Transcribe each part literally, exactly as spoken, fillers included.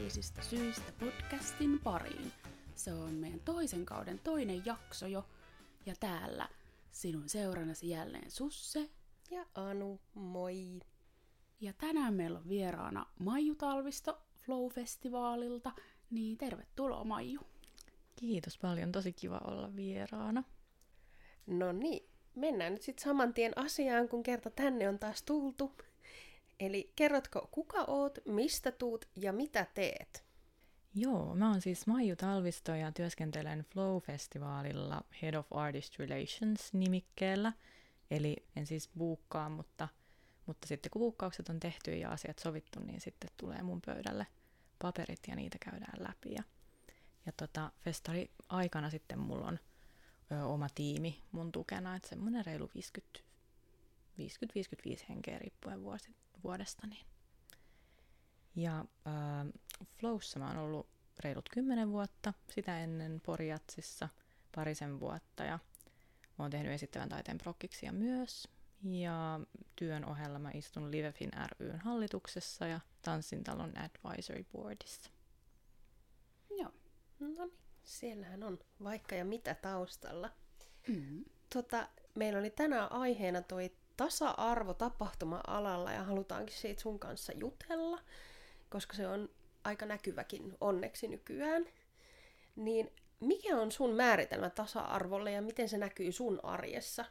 Onnellisista syistä podcastin pariin. Se on meidän toisen kauden toinen jakso jo. Ja täällä sinun seurannasi jälleen Susse. Ja Anu, moi! Ja tänään meillä on vieraana Maiju Talvisto Flow-festivaalilta. Niin tervetuloa Maiju. Kiitos paljon, tosi kiva olla vieraana. No niin, mennään nyt sitten saman tien asiaan, kun kerta tänne on taas tultu. Eli kerrotko, kuka oot, mistä tuut ja mitä teet? Joo, mä oon siis Maiju Talvisto ja työskentelen Flow-festivaalilla Head of Artist Relations-nimikkeellä. Eli en siis buukkaa, mutta, mutta sitten kun buukkaukset on tehty ja asiat sovittu, niin sitten tulee mun pöydälle paperit ja niitä käydään läpi. Ja, ja tota, festari aikana sitten mulla on ö, oma tiimi mun tukena, että semmoinen reilu viisikymmentä viisikymmentä-viisikymmentäviisi henkeä riippuen vuosi, vuodesta. Niin. Ja äh, Flowssa mä oon ollut reilut kymmenen vuotta, sitä ennen Poriatsissa parisen vuotta ja mä oon tehnyt esittävän taiteen prokkiksia myös. Ja työn ohella mä istun Livefin ry:n hallituksessa ja Tanssintalon advisory boardissa. Joo, no niin, siellähän on vaikka ja mitä taustalla. Mm. Tota, meillä oli tänään aiheena toi tasa-arvo tapahtuma-alalla ja halutaankin siitä sun kanssa jutella, koska se on aika näkyväkin onneksi nykyään. Niin mikä on sun määritelmä tasa-arvolle ja miten se näkyy sun arjessa?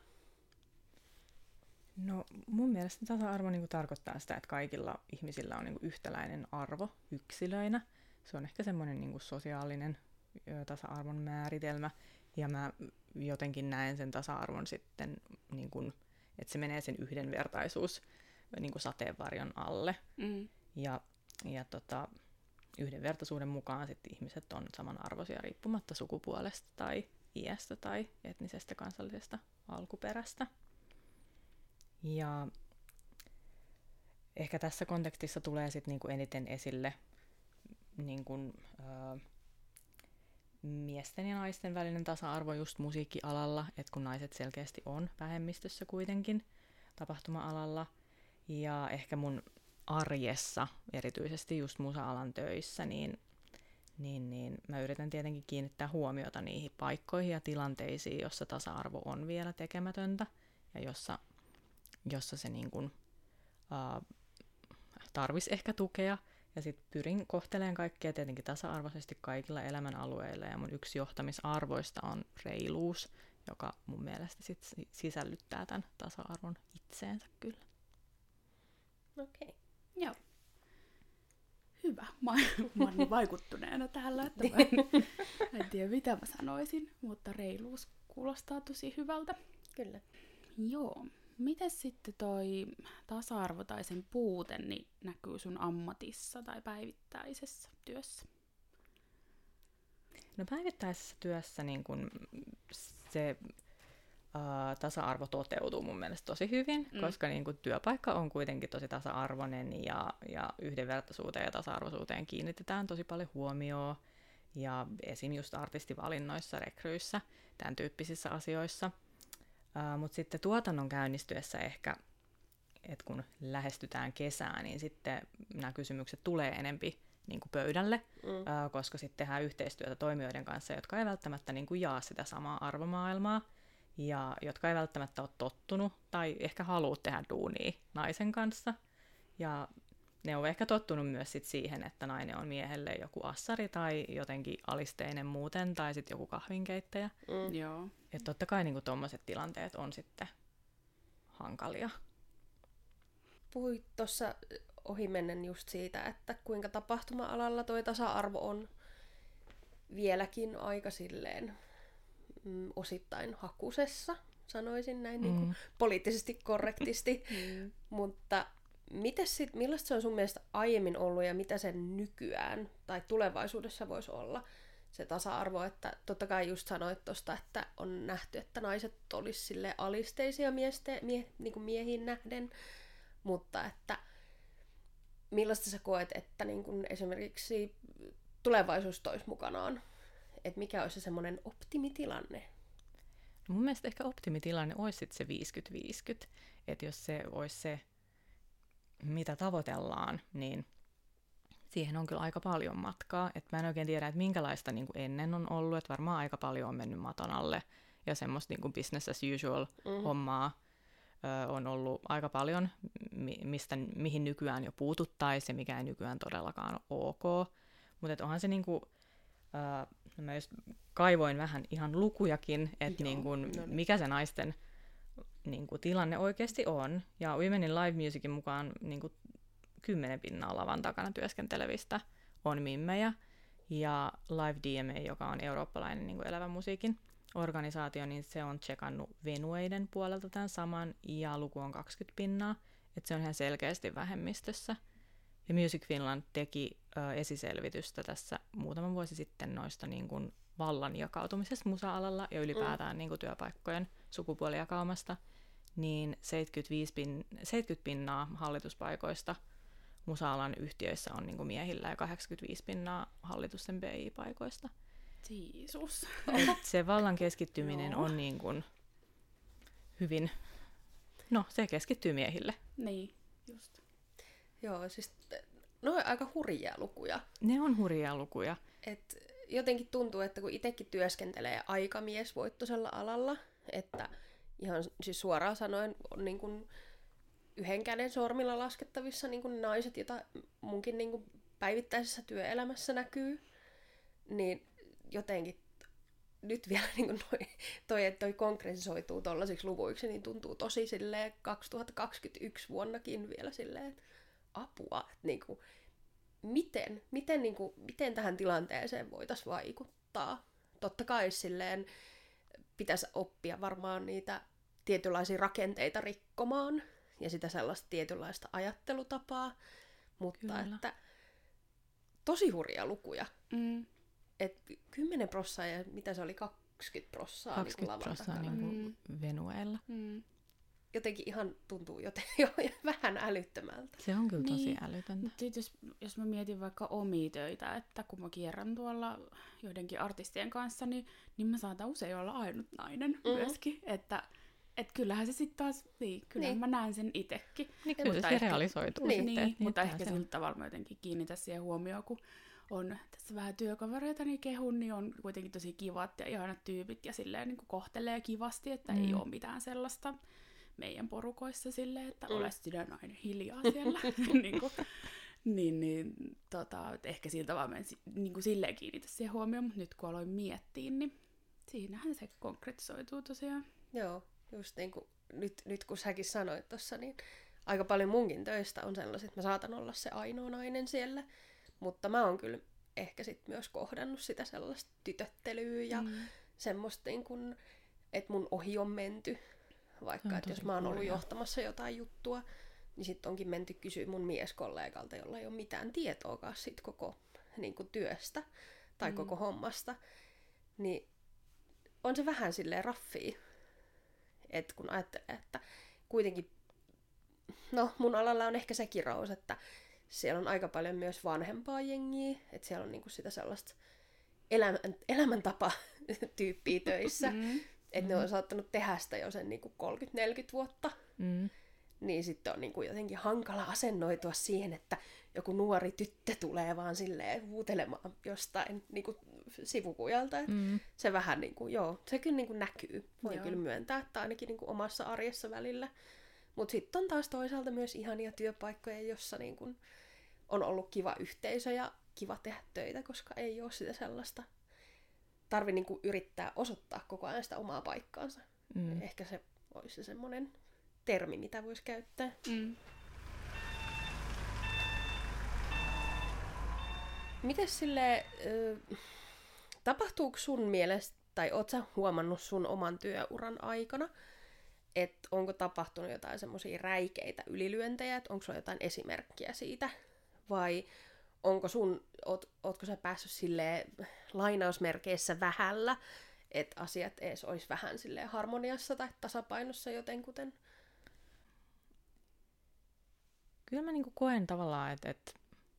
No mun mielestä tasa-arvo niin kuin tarkoittaa sitä, että kaikilla ihmisillä on niin kuin yhtäläinen arvo yksilöinä. Se on ehkä semmoinen niin kuin sosiaalinen ö, tasa-arvon määritelmä ja mä jotenkin näen sen tasa-arvon sitten niin kuin että se menee sen yhdenvertaisuus niin kuin sateenvarjon alle. Mm. Ja, ja tota, yhdenvertaisuuden mukaan sitten ihmiset on samanarvoisia riippumatta sukupuolesta tai iästä tai etnisestä kansallisesta alkuperästä. Ja ehkä tässä kontekstissa tulee sitten niinku eniten esille niinku, ö, miesten ja naisten välinen tasa-arvo just musiikkialalla, että kun naiset selkeästi on vähemmistössä kuitenkin tapahtuma-alalla. Ja ehkä mun arjessa, erityisesti just musa-alan töissä, niin, niin, niin mä yritän tietenkin kiinnittää huomiota niihin paikkoihin ja tilanteisiin, jossa tasa-arvo on vielä tekemätöntä ja jossa, jossa se niin kuin, uh, tarvisi ehkä tukea. Ja sitten pyrin kohtelemaan kaikkia tietenkin tasa-arvoisesti kaikilla elämänalueilla. Ja mun yksi johtamisarvoista on reiluus, joka mun mielestä sit sisällyttää tämän tasa-arvon itseensä kyllä. Okei. Okay. Joo. Hyvä. Mä, mä oon niin vaikuttuneena täällä, että mä en, en tiedä mitä mä sanoisin, mutta reiluus kuulostaa tosi hyvältä. Kyllä. Joo. Miten sitten toi tasa-arvo tai sen puute niin näkyy sun ammatissa tai päivittäisessä työssä? No päivittäisessä työssä niin kun se ää, tasa-arvo toteutuu mun mielestä tosi hyvin, mm. koska niin kun työpaikka on kuitenkin tosi tasa-arvoinen ja, ja yhdenvertaisuuteen ja tasa-arvoisuuteen kiinnitetään tosi paljon huomioon. Ja esim. Just artistivalinnoissa, rekryissä, tämän tyyppisissä asioissa. Uh, mutta sitten tuotannon käynnistyessä ehkä, että kun lähestytään kesää, niin sitten nämä kysymykset tulee enempi niin kuin pöydälle, mm. uh, koska sitten tehdään yhteistyötä toimijoiden kanssa, jotka ei välttämättä niin kuin jaa sitä samaa arvomaailmaa, ja jotka ei välttämättä ole tottunut tai ehkä halua tehdä duunia naisen kanssa. Ja ne on ehkä tottunut myös sit siihen, että nainen on miehelle joku assari tai jotenkin alisteinen muuten, tai sitten joku kahvinkeittäjä. Mm. Joo. Että totta kai niinku tommoset tilanteet on sitten hankalia. Puhuit tuossa ohimennen just siitä, että kuinka tapahtuma-alalla toi tasa-arvo on vieläkin aika silleen mm, osittain hakusessa, sanoisin näin mm. niin kuin poliittisesti korrektisti. mm. Mutta mites sit, millaista se on sun mielestä aiemmin ollut ja mitä sen nykyään tai tulevaisuudessa voisi olla? Se tasa-arvo, että totta kai just sanoit tuosta, että on nähty, että naiset olisi sille alisteisia mieste, mie, niin kuin miehiin nähden, mutta että millaista sä koet, että niin kuin esimerkiksi tulevaisuus toisi mukanaan? Että mikä olisi se semmoinen optimitilanne? Mun mielestä ehkä optimitilanne olisi sit se viisikymmentä viisikymmentä, että jos se olisi se, mitä tavoitellaan, niin siihen on kyllä aika paljon matkaa. Et mä en oikein tiedä, että minkälaista niin kuin ennen on ollut. Et varmaan aika paljon on mennyt maton alle ja semmoista niin kuin business as usual mm. hommaa ö, on ollut aika paljon, mi- mistä, mihin nykyään jo puututtaisiin ja mikä ei nykyään todellakaan ole ok. Mutta onhan se niin kuin, ö, mä just kaivoin vähän ihan lukujakin, että niin kuin, no niin. mikä se naisten niin kuin, tilanne oikeasti on. Ja Women in Live Musicin mukaan niin kuin, kymmenen pinnaa lavan takana työskentelevistä on mimmejä. Ja Live D M A, joka on eurooppalainen niin kuin elävän musiikin organisaatio, niin se on tsekannut Venueiden puolelta tämän saman, ja luku on kaksikymmentä pinnaa. Että se on ihan selkeästi vähemmistössä. Ja Music Finland teki ö, esiselvitystä tässä muutama vuosi sitten noista niin kuin vallan jakautumisesta musa-alalla ja ylipäätään mm. niin kuin työpaikkojen sukupuolijakaumasta. Niin seitsemänkymmentäviisi pin, seitsemänkymmentä pinnaa hallituspaikoista musa-alan yhtiöissä on niin kuin miehillä ja kahdeksankymmentäviisi pinnaa hallitusten B I-paikoista. Jeesus. Et se vallan keskittyminen on niin kuin hyvin, no se keskittyy miehille. Niin, just. Joo, siis ne on aika hurjia lukuja. Ne on hurjia lukuja. Et jotenkin tuntuu, että kun itsekin työskentelee aikamiesvoittoisella alalla, että ihan siis suoraan sanoen on niin kuin yhden käden sormilla laskettavissa niin kuin naiset, joita munkin niin kuin päivittäisessä työelämässä näkyy, niin jotenkin nyt vielä niin kuin toi, toi, että toi konkretisoituu tollaisiksi luvuiksi, niin tuntuu tosi silleen kaksituhattakaksikymmentäyksi vuonnakin vielä silleen, että apua, että niin kuin, miten, miten, niin kuin, miten tähän tilanteeseen voitaisiin vaikuttaa. Totta kai silleen pitäisi oppia varmaan niitä tietynlaisia rakenteita rikkomaan ja sitä sellaista tietynlaista ajattelutapaa, mutta Kyllä. että tosi hurjia lukuja. Mm. Et kymmenen prossaa ja mitä se oli, kaksikymmentä prossaa kaksikymmentä prossaa niin kuin mm. Venueella. Mm. Jotenkin ihan tuntuu joten, jo vähän älyttömältä. Se on kyllä tosi niin. älytöntä. Jos, jos mä mietin vaikka omia töitä, että kun mä kierrän tuolla joidenkin artistien kanssa, niin, niin mä saatan usein olla ainut nainen mm-hmm. myöskin. Että et kyllähän se sitten taas, niin, kyllähän niin. mä näen sen itsekin. Niin kyllä mutta se ehkä, realisoituu niin, sitten. Niin, mutta ehkä sillä tavalla mä jotenkin kiinnitän siihen huomioon, kun on tässä vähän työkavereita, niin kehun, niin on kuitenkin tosi kivat ja ihanat tyypit ja silleen niin kuin kohtelee kivasti, että mm. ei ole mitään sellaista meidän porukoissa silleen, että mm. ole sinä nainen hiljaa siellä. niin, kuin, niin, niin tota, ehkä siltä vaan mä niin kuin silleen kiinnitä siihen huomioon, mutta nyt kun aloin miettiä, niin siinähän se konkretisoituu tosiaan. Joo, just niin kuin nyt, nyt kun säkin sanoit tuossa, niin aika paljon munkin töistä on sellaiset, että mä saatan olla se ainoa nainen siellä, mutta mä oon kyllä ehkä sit myös kohdannut sitä sellaista tytöttelyä ja mm. semmoista, niin kun, että mun ohi on menty. Vaikka, että jos mä oon ollut johtamassa jotain juttua, niin sitten onkin menty kysyä mun mieskollegalta, jolla ei ole mitään tietoakaan sit koko niin kun, työstä tai mm. koko hommasta. Niin on se vähän silleen raffia, että kun ajattelee, että kuitenkin, no mun alalla on ehkä se kirous, että siellä on aika paljon myös vanhempaa jengiä, että siellä on niinku sitä sellaista elämän, elämäntapa-tyyppiä töissä, mm. että mm. ne on saattanut tehdä sitä jo sen niinku kolmekymmentä neljäkymmentä vuotta. Mm. Niin sitten on niinku jotenkin hankala asennoitua siihen, että joku nuori tyttö tulee vaan silleen huutelemaan jostain niinku sivukujalta. Mm. Se vähän niinku, joo, se kyllä niinku näkyy. Voin joo. kyllä myöntää, että ainakin niinku omassa arjessa välillä. Mutta sitten on taas toisaalta myös ihania työpaikkoja, jossa niinku on ollut kiva yhteisö ja kiva tehdä töitä, koska ei ole sitä sellaista. Tarvi niinku yrittää osoittaa koko ajan sitä omaa paikkaansa. Mm. Ehkä se olisi se semmoinen termi, mitä voisi käyttää. Mm. Mites silleen, äh, tapahtuuko sun mielestä, tai oot sä huomannut sun oman työuran aikana, että onko tapahtunut jotain semmoisia räikeitä ylilyöntejä, että onko sulla jotain esimerkkiä siitä, vai onko sun, oot, ootko sä päässyt silleen lainausmerkeissä vähällä, että asiat edes olisi vähän silleen harmoniassa tai tasapainossa jotenkuten? Kyllä mä niinku koen tavallaan, että, että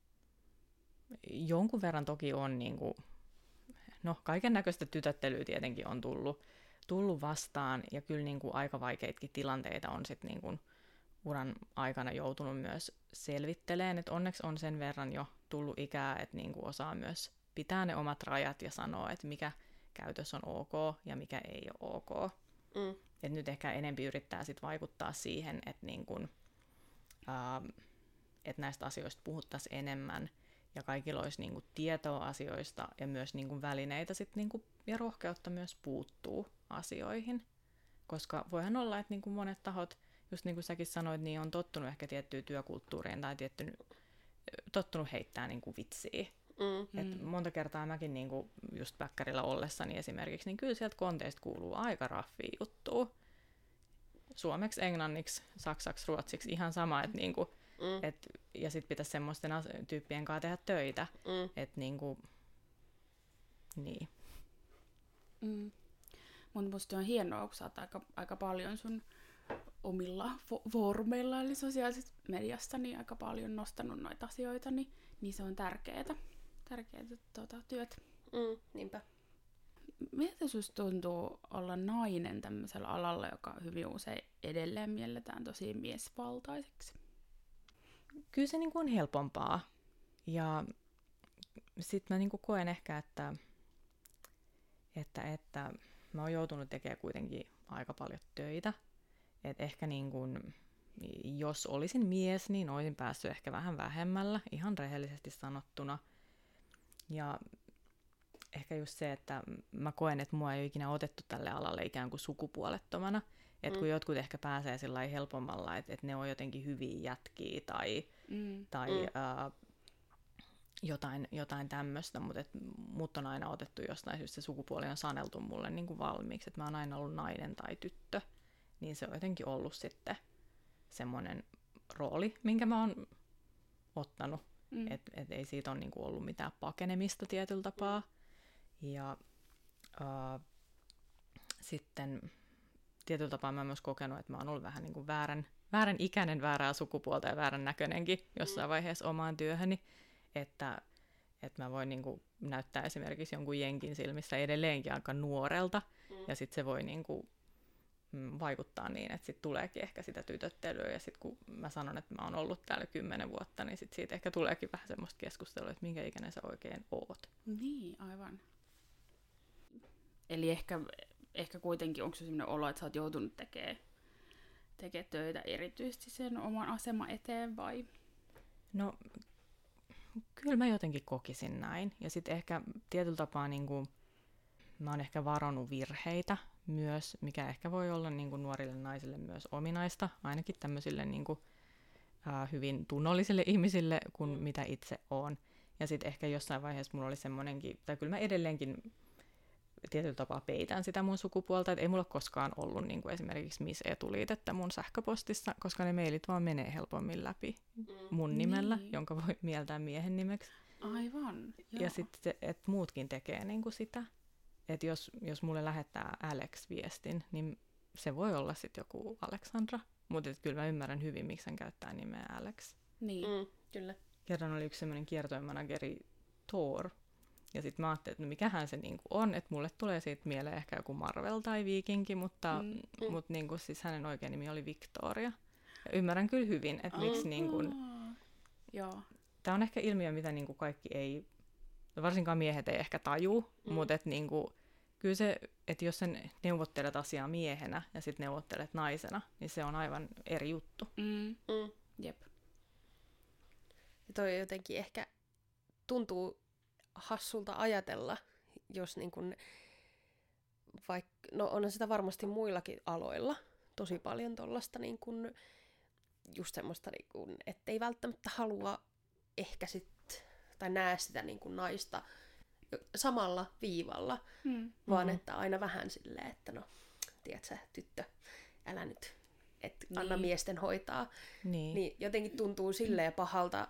jonkun verran toki on, niinku, no kaiken näköistä tytöttelyä tietenkin on tullut, tullut vastaan, ja kyllä niinku aika vaikeitakin tilanteita on sit niinku uran aikana joutunut myös selvittelemään, että onneksi on sen verran jo tullut ikää, että niinku osaa myös pitää ne omat rajat ja sanoa, että mikä käytös on ok ja mikä ei ole ok. Mm. Et nyt ehkä enempi yrittää sit vaikuttaa siihen, että niinku, äh, et näistä asioista puhuttaisiin enemmän ja kaikilla olisi niinku tietoa asioista ja myös niinku välineitä sit niinku, ja rohkeutta myös puuttuu asioihin. Koska voihan olla, että niinku monet tahot, just niin kuin säkin sanoit, niin on tottunut ehkä tiettyyn työkulttuuriin tai tiettyyn, tottunut heittää niinku vitsiä. Mm. Et monta kertaa mäkin niinku just päkkärillä ollessani esimerkiksi, niin kyllä sieltä konteista kuuluu aika raffia juttua. Suomeksi, englanniksi, saksaksi, ruotsiksi, ihan sama. Et niinku, mm. et, ja sitten pitäisi semmoisten as- tyyppien kanssa tehdä töitä. Mm. Että niinku, niin. Mm. Mutta musta on hienoa, kun sä oot aika, aika paljon sun omilla fo- foorumeilla, eli sosiaalisessa mediassa, niin aika paljon nostanut noita asioita, niin, niin se on tärkeää. Tärkeää tuota, työt. Mm, niinpä. Miltä susta tuntuu olla nainen tämmöisellä alalla, joka hyvin usein edelleen mielletään tosi miesvaltaiseksi? Kyllä se niinku on helpompaa. Ja sitten mä niinku koen ehkä, että, että, että mä oon joutunut tekemään kuitenkin aika paljon töitä. Et ehkä niin kun, jos olisin mies, niin olisin päässyt ehkä vähän vähemmällä, ihan rehellisesti sanottuna. Ja ehkä just se, että mä koen, että mua ei ole ikinä otettu tälle alalle ikään kuin sukupuolettomana. Että kun mm. jotkut ehkä pääsee sillä lailla helpommalla, että, että ne on jotenkin hyviä jätkiä tai, mm. tai mm. Äh, jotain, jotain tämmöistä, mutta mut on aina otettu jostain syystä, se sukupuoli on saneltu mulle niin kuin valmiiksi, että mä oon aina ollut nainen tai tyttö. Niin se on jotenkin ollut sitten semmoinen rooli, minkä mä oon ottanut. Mm. Että et ei siitä ole niinku ollut mitään pakenemista tietyllä tapaa. Ja äh, sitten tietyllä tapaa mä oon myös kokenut, että mä oon ollut vähän niinku väärän, väärän ikäinen, väärää sukupuolta ja väärän näköinenkin jossain vaiheessa omaan työhöni. Että, että mä voin niinku näyttää esimerkiksi jonkun jenkin silmissä edelleenkin aika nuorelta. Mm. Ja sitten se voi niinku vaikuttaa niin, että sitten tuleekin ehkä sitä tytöttelyä, ja sitten kun mä sanon, että mä oon ollut täällä kymmenen vuotta, niin sitten siitä ehkä tuleekin vähän semmoista keskustelua, että minkä ikäinen sä oikein oot. Niin, aivan. Eli ehkä, ehkä kuitenkin onko se sellainen olo, että sä oot joutunut tekemään tekee töitä erityisesti sen oman aseman eteen, vai? No, kyllä mä jotenkin kokisin näin, ja sitten ehkä tietyllä tapaa niin kuin, mä oon ehkä varonut virheitä myös, mikä ehkä voi olla niin kuin nuorille naisille myös ominaista, ainakin tämmöisille niin kuin, äh, hyvin tunnollisille ihmisille kuin mitä itse oon. Ja sitten ehkä jossain vaiheessa mulla oli semmoinenkin, tai kyllä mä edelleenkin tietyllä tapaa peitän sitä mun sukupuolta, että ei mulla koskaan ollut niin kuin esimerkiksi Miss Etuliitettä mun sähköpostissa, koska ne mailit vaan menee helpommin läpi mun nimellä, niin. Jonka voi mieltää miehen nimeksi. Aivan, joo. Ja sitten, että muutkin tekee niin kuin sitä. Että jos, jos mulle lähettää Alex-viestin, niin se voi olla sitten joku Alexandra. Mutta kyllä mä ymmärrän hyvin, miksi hän käyttää nimeä Alex. Niin, mm, kyllä. Kerran oli yksi semmoinen kiertoimanageri Thor. Ja sitten mä ajattelin, että no mikähän se niinku on. Että mulle tulee siitä mieleen ehkä joku Marvel tai Viikinki, mutta, mm. mutta niinku, siis hänen oikein nimi oli Victoria. Ja ymmärrän kyllä hyvin, että oh. miksi... Niinku, joo. Tämä on ehkä ilmiö, mitä niinku kaikki ei... Varsinkaan miehet ei ehkä tajuu, mm. mutta et niinku, kyllä se, että jos sen neuvottelet asiaa miehenä ja sitten neuvottelet naisena, niin se on aivan eri juttu. Mm. Mm. Jep. Ja toi jotenkin ehkä tuntuu hassulta ajatella, jos niin kun, vaik, no onhan sitä varmasti muillakin aloilla tosi paljon tollasta niin kun, just semmoista, niin kun, ettei välttämättä halua ehkä sit tai näe sitä niin kuin naista samalla viivalla, mm. vaan mm-hmm. että aina vähän silleen, että no, tiedätkö, tyttö, älä nyt, että niin. Anna miesten hoitaa. Niin. Niin jotenkin tuntuu silleen pahalta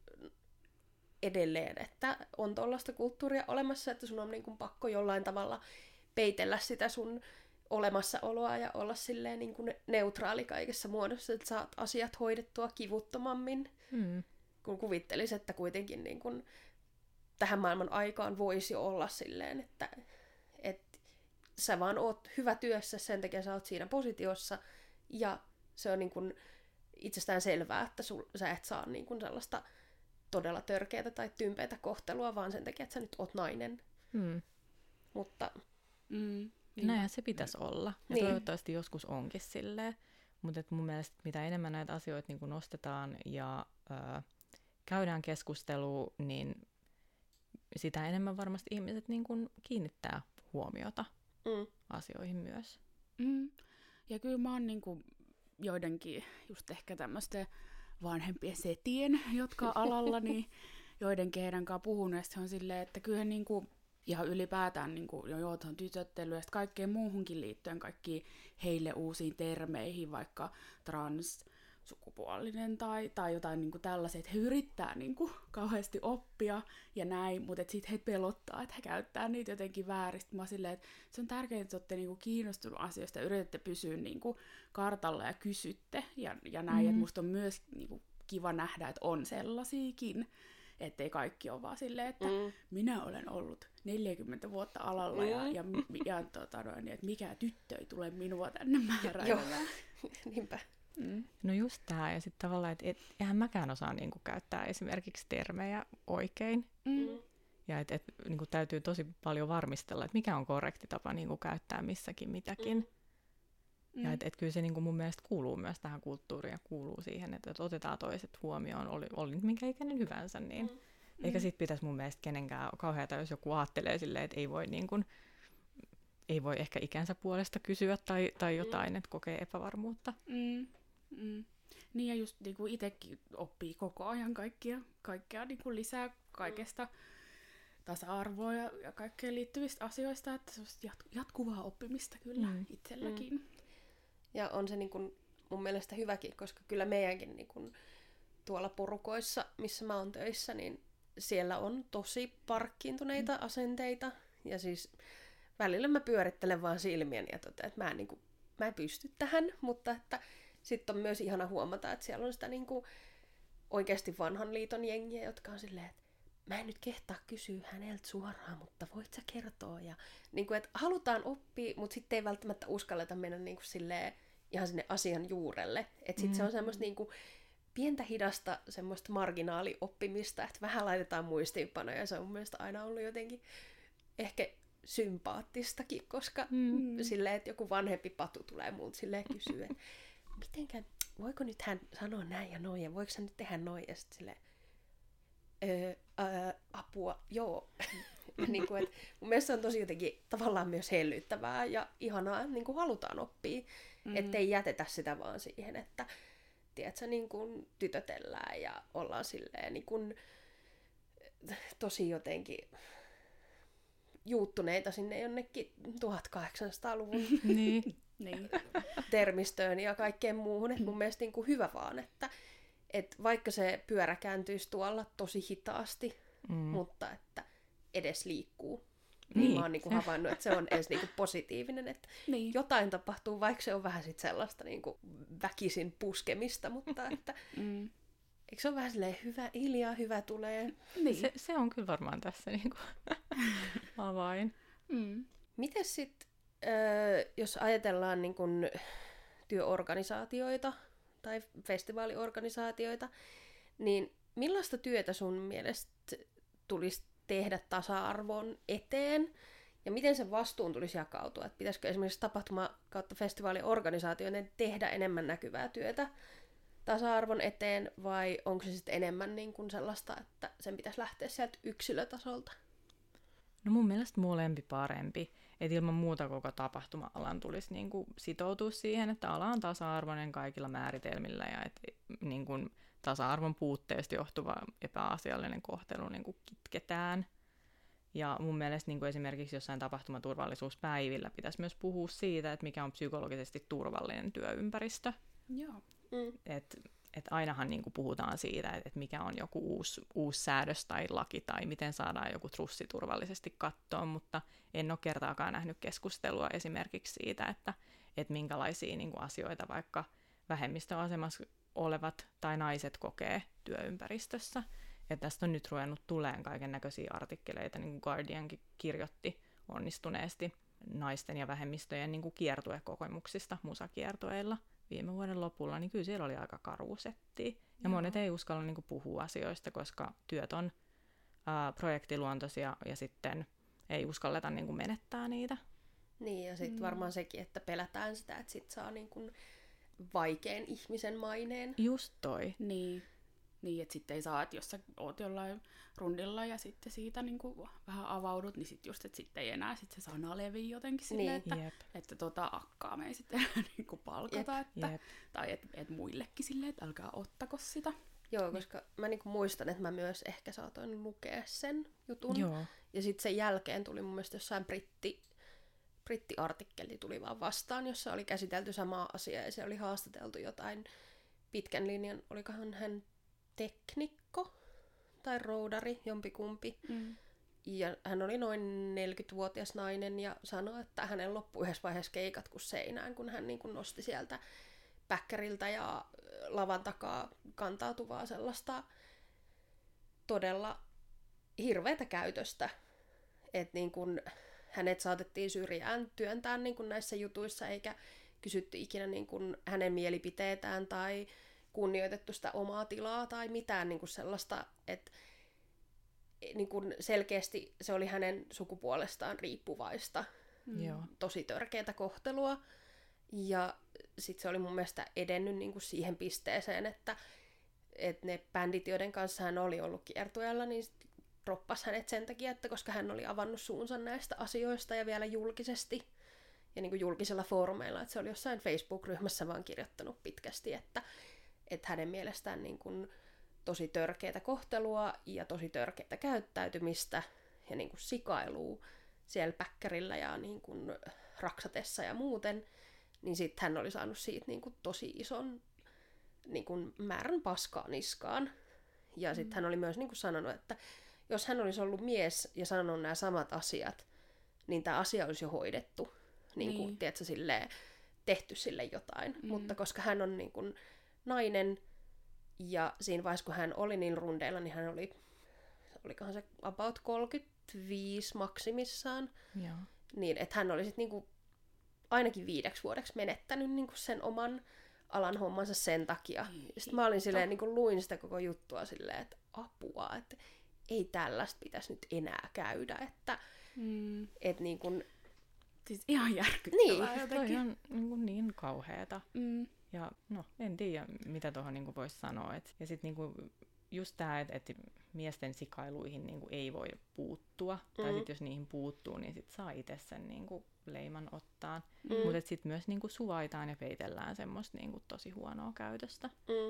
edelleen, että on tuollaista kulttuuria olemassa, että sun on niin kuin pakko jollain tavalla peitellä sitä sun olemassaoloa ja olla silleen niin kuin neutraali kaikessa muodossa, että saat asiat hoidettua kivuttomammin. Mm. Kun kuvittelisi, että kuitenkin niin kun tähän maailman aikaan voisi olla silleen, että, että sä vaan oot hyvä työssä, sen takia sä oot siinä positiossa, ja se on niin kun itsestään selvää, että sul, sä et saa niin kun sellaista todella törkeätä tai tympeätä kohtelua, vaan sen takia, että sä nyt oot nainen. Mm. Mutta Mm. Näinhän se pitäisi olla. Ja Niin. toivottavasti joskus onkin silleen. Mutta mun mielestä mitä enemmän näitä asioita niin kun nostetaan ja ö, käydään keskustelua, niin sitä enemmän varmasti ihmiset niin kun kiinnittää huomiota mm. asioihin myös. Mm. Ja kyllä mä oon niinku joidenkin just ehkä tämmöisten vanhempien setien, jotka on alalla, niin joidenkin heidän kanssa puhunut, ja se on silleen, että kyllähän niinku ihan ylipäätään niinku, jo joo, tuohon tytöttelyyn ja kaikkeen muuhunkin liittyen kaikkiin heille uusiin termeihin, vaikka transsukupuolinen tai, tai jotain niinku tällaisia, että he yrittää niinku kauheasti oppia ja näin, mutta sitten he pelottaa, että he käyttää niitä jotenkin vääristä. Mä silleen, että se on tärkeää, että olette niinku kiinnostunut asioista ja yritätte pysyä niinku kartalla ja kysytte ja, ja näin, mm-hmm. että musta on myös niinku kiva nähdä, että on sellaisiakin. Ettei kaikki ole vaan silleen, että mm. minä olen ollut neljäkymmentä vuotta alalla mm. ja, ja, ja tota noin, että mikä tyttö ei tule minua tänne määräilemään. Niinpä. Mm. No just tää, ja sitten tavallaan, että et, eihän mäkään osaa niinku käyttää esimerkiksi termejä oikein. Mm. Ja että et, niinku täytyy tosi paljon varmistella, että mikä on korrekti tapa niinku käyttää missäkin mitäkin. Mm. Ja että et kyllä se niinku mun mielestä kuuluu myös tähän kulttuuriin ja kuuluu siihen, että et otetaan toiset huomioon, oli, oli nyt minkä ikäinen hyvänsä. Niin. Mm. Eikä sit pitäisi mun mielestä kenenkään kauheata, jos joku ajattelee silleen, että ei voi, niin kun, ei voi ehkä ikänsä puolesta kysyä tai, tai jotain, mm. että kokee epävarmuutta. Mm. Mm. Niin ja just niin kuin itsekin oppii koko ajan kaikkia, kaikkea niin kuin lisää kaikesta tasa-arvoa ja, ja kaikkeen liittyvistä asioista, että se on jat- jatkuvaa oppimista kyllä mm. itselläkin. Mm. Ja on se niin kun mun mielestä hyväkin, koska kyllä meidänkin niin kun tuolla porukoissa, missä mä oon töissä, niin siellä on tosi parkkiintuneita mm. asenteita. Ja siis välillä mä pyörittelen vaan silmiäni ja totean, että mä en, niin kun, mä en pysty tähän, mutta että sitten on myös ihana huomata, että siellä on sitä niin kun oikeasti vanhan liiton jengiä, jotka on silleen, että mä en nyt kehtaa kysyä häneltä suoraan, mutta voit sä kertoa? Ja, niin kuin, että halutaan oppia, mutta sitten ei välttämättä uskalleta mennä niin kuin silleen, ihan sinne asian juurelle. Että sitten mm. se on semmoista niin kuin pientä hidasta semmoista marginaalioppimista, että vähän laitetaan muistiinpanoja. Se on mun mielestä aina ollut jotenkin ehkä sympaattistakin, koska mm. silleen, että joku vanhempi patu tulee multa silleen kysyä, että mitenkään, voiko nyt hän sanoa näin ja noin, ja voiko hän nyt tehdä noin, ja sitten silleen, Öö, öö, apua, joo. niin kuin, et mun mielestä se on tosi jotenkin tavallaan myös hellyttävää ja ihanaa, että niin kuin halutaan oppia, mm-hmm. ettei jätetä sitä vaan siihen, että tiedätkö, niin kuin tytötellään ja ollaan silleen niin kuin, tosi jotenkin juuttuneita sinne jonnekin tuhatkahdeksansataaluvun niin. niin. termistöön ja kaikkeen muuhun. Et mun mielestä niin kuin hyvä vaan, että et vaikka se pyörä kääntyisi tuolla tosi hitaasti, mm. mutta että edes liikkuu. Niin, niin mä oon niinku havainnut, että se on edes niinku positiivinen, että niin. jotain tapahtuu, vaikka se on vähän sit sellaista niinku väkisin puskemista, mutta että mm. eikö se ole vähän silleen hyvä, hiljaa hyvä tulee? Niin. Se, se on kyllä varmaan tässä niinku avain. Mm. Mites sitten, jos ajatellaan niinku työorganisaatioita, tai festivaaliorganisaatioita, niin millaista työtä sun mielestä tulisi tehdä tasa-arvon eteen, ja miten sen vastuun tulisi jakautua? Että pitäisikö esimerkiksi tapahtuma- kautta festivaaliorganisaatioiden tehdä enemmän näkyvää työtä tasa-arvon eteen, vai onko se sitten enemmän niin kuin sellaista, että sen pitäisi lähteä sieltä yksilötasolta? No mun mielestä molempi parempi. Että ilman muuta koko tapahtuma-alan tulisi niinku sitoutua siihen, että ala on tasa-arvoinen kaikilla määritelmillä ja että niinku tasa-arvon puutteesta johtuva epäasiallinen kohtelu niinku kitketään. Ja mun mielestä niinku esimerkiksi jossain tapahtumaturvallisuuspäivillä pitäisi myös puhua siitä, että mikä on psykologisesti turvallinen työympäristö. Joo. Mm. Et, et ainahan niinku puhutaan siitä, että et mikä on joku uusi, uusi säädös tai laki tai miten saadaan joku trussi turvallisesti kattoon, mutta en ole kertaakaan nähnyt keskustelua esimerkiksi siitä, että et minkälaisia niinku asioita vaikka vähemmistöasemassa olevat tai naiset kokee työympäristössä. Ja tästä on nyt ruvennut tulemaan kaiken näköisiä artikkeleita, niin kuin Guardiankin kirjoitti onnistuneesti naisten ja vähemmistöjen niin kuin kiertuekokemuksista musakiertueilla viime vuoden lopulla, niin kyllä siellä oli aika karua settiä. Ja Joo. monet ei uskalla niin kuin puhua asioista, koska työt on ää, projektiluontoisia ja sitten ei uskalleta niin kuin menettää niitä. Niin, ja sitten Mm. varmaan sekin, että pelätään sitä, että sit saa niin kun vaikean ihmisen maineen. Just toi. Niin, niin että sitten ei saa, että jos sä oot jollain rundilla ja sitten siitä niin kuin vähän avaudut, niin sitten just, että sitten ei enää sit se sana levii jotenkin silleen, Niin. että, Jep. että tota akkaa me ei sitten niin kuin palkata, että, Jep. tai että et muillekin silleen, että älkää ottako sitä. Joo, koska mä niin muistan, että mä myös ehkä saatoin lukea sen jutun. Joo. Ja sitten sen jälkeen tuli mun mielestä jossain britti, brittiartikkeli tuli vaan vastaan, jossa oli käsitelty samaa asiaa ja se oli haastateltu jotain pitkän linjan, olikohan hän teknikko tai roudari, jompikumpi. Mm. Ja hän oli noin neljäkymmentävuotias nainen ja sanoi, että hänen loppui yhdessä vaiheessa keikat kuin seinään, kun hän niin kuin nosti sieltä päkkäriltä ja lavan takaa kantautuvaa sellaista todella hirveätä käytöstä. Että niin kuin hänet saatettiin syrjään työntää niin kuin näissä jutuissa, eikä kysytty ikinä niin kuin hänen mielipiteetään tai kunnioitettu sitä omaa tilaa tai mitään niin kuin sellaista, että niin kuin selkeästi se oli hänen sukupuolestaan riippuvaista. Mm. Joo. Tosi törkeätä kohtelua. Ja sitten se oli mun mielestä edennyt niin kuin siihen pisteeseen, että, että ne bändit, joiden kanssa hän oli ollut kiertueella, niin droppasi hänet sen takia, että koska hän oli avannut suunsa näistä asioista ja vielä julkisesti ja niin kuin julkisilla foorumeilla, että se oli jossain Facebook-ryhmässä vaan kirjoittanut pitkästi, että, että hänen mielestään niin kuin tosi törkeätä kohtelua ja tosi törkeätä käyttäytymistä ja niin kuin sikailua siellä päkkärillä ja niin kuin raksatessa ja muuten, niin sitten hän oli saanut siitä niin kuin tosi ison niin kuin määrän paskaa niskaan. Ja sitten mm. hän oli myös niin kuin sanonut, että jos hän olisi ollut mies ja sanonut nämä samat asiat, niin tämä asia olisi jo hoidettu. Niin kuin, Niin. tiedätkö, silleen, tehty sille jotain. Mm. Mutta koska hän on niin kuin nainen, ja siinä vaiheessa, kun hän oli niillä rundeilla, niin hän oli, olikohan se about kolmekymmentäviisi maksimissaan. Joo. Niin, että hän oli sitten niinku ainakin viideksi vuodeksi menettänyt niinku sen oman alan hommansa sen takia. Sitten mä olin silleen, niinku luin sitä koko juttua silleen, että apua, että ei tällaista pitäisi nyt enää käydä. Että Mm. et niinku, Siis ihan järkyttävää Niin, Toi jotenkin. on niin, kuin niin kauheeta. Mm. Ja no, en tiedä, mitä tuohon niin voisi sanoa. Et, ja sitten niin just tämä, että et miesten sikailuihin niin kuin ei voi puuttua. Mm. Tai sitten jos niihin puuttuu, niin sit saa itse sen niin kuin leiman ottaa. Mm. Mutta sitten myös niin kuin suvaitaan ja peitellään semmoista niin kuin tosi huonoa käytöstä. mm,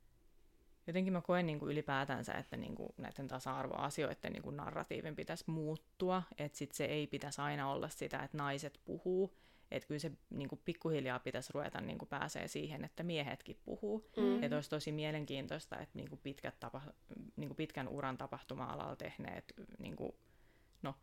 Jotenkin mä koen niin kuin ylipäätänsä, että niin kuin näiden tasa-arvoasioiden niin kuin narratiivin pitäisi muuttua. Että sit se ei pitäisi aina olla sitä, että naiset puhuu. Että kyllä se niin kuin pikkuhiljaa pitäisi ruveta niin kuin pääsee siihen, että miehetkin puhuu. mm, Että olisi tosi mielenkiintoista, että niin kuin pitkät tapa, niin kuin pitkän uran tapahtuma-alalla tehneet niin kuin, no,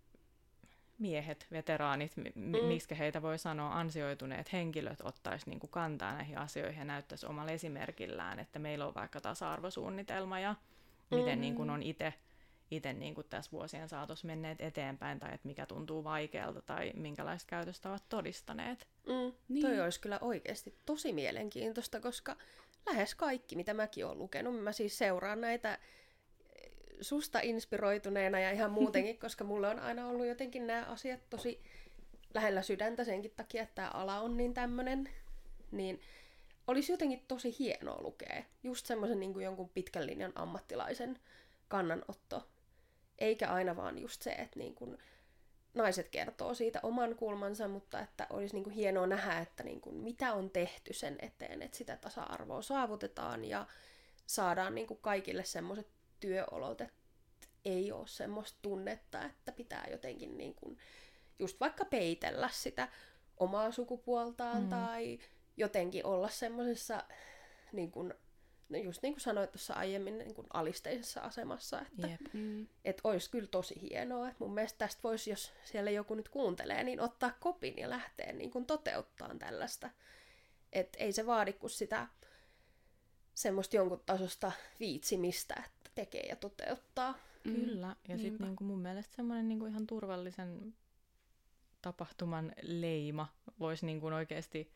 miehet, veteraanit, m- Mm. miksi heitä voi sanoa, ansioituneet henkilöt ottaisi niin kuin kantaa näihin asioihin ja näyttäisi omalla esimerkillään, että meillä on vaikka tasa-arvosuunnitelma ja miten Mm. niin kuin on itse itse niin kuin tässä vuosien saatossa menneet eteenpäin, tai että mikä tuntuu vaikealta, tai minkälaista käytöstä ovat todistaneet. mm. Niin. Toi olisi kyllä oikeasti tosi mielenkiintoista, koska lähes kaikki, mitä mäkin olen lukenut, mä siis seuraan näitä susta inspiroituneena ja ihan muutenkin, koska mulle on aina ollut jotenkin nämä asiat tosi lähellä sydäntä senkin takia, että tämä ala on niin tämmönen, niin olisi jotenkin tosi hienoa lukea. Just semmoisen niin kuin jonkun pitkän linjan ammattilaisen kannanotto. Eikä aina vaan just se, että niin kuin naiset kertoo siitä oman kulmansa, mutta että olisi niin kuin hienoa nähdä, että niin kuin mitä on tehty sen eteen, että sitä tasa-arvoa saavutetaan ja saadaan niin kuin kaikille semmoiset työolot, että ei ole semmoista tunnetta, että pitää jotenkin niin kuin just vaikka peitellä sitä omaa sukupuoltaan mm. tai jotenkin olla semmoisessa, niin kuin, no just niin kuin sanoit tuossa aiemmin, niin kuin alisteisessa asemassa, että Jep. Mm. et olisi kyllä tosi hienoa. Et mun mielestä tästä voisi, jos siellä joku nyt kuuntelee, niin ottaa kopin ja lähteä niin kuin toteuttaa tällaista. Et ei se vaadi kuin sitä semmoista jonkun tasosta viitsimistä, että tekee ja toteuttaa. Mm. Kyllä, ja Niinpä. sitten niinku mun mielestä semmoinen niinku ihan turvallisen tapahtuman leima voisi niinku oikeasti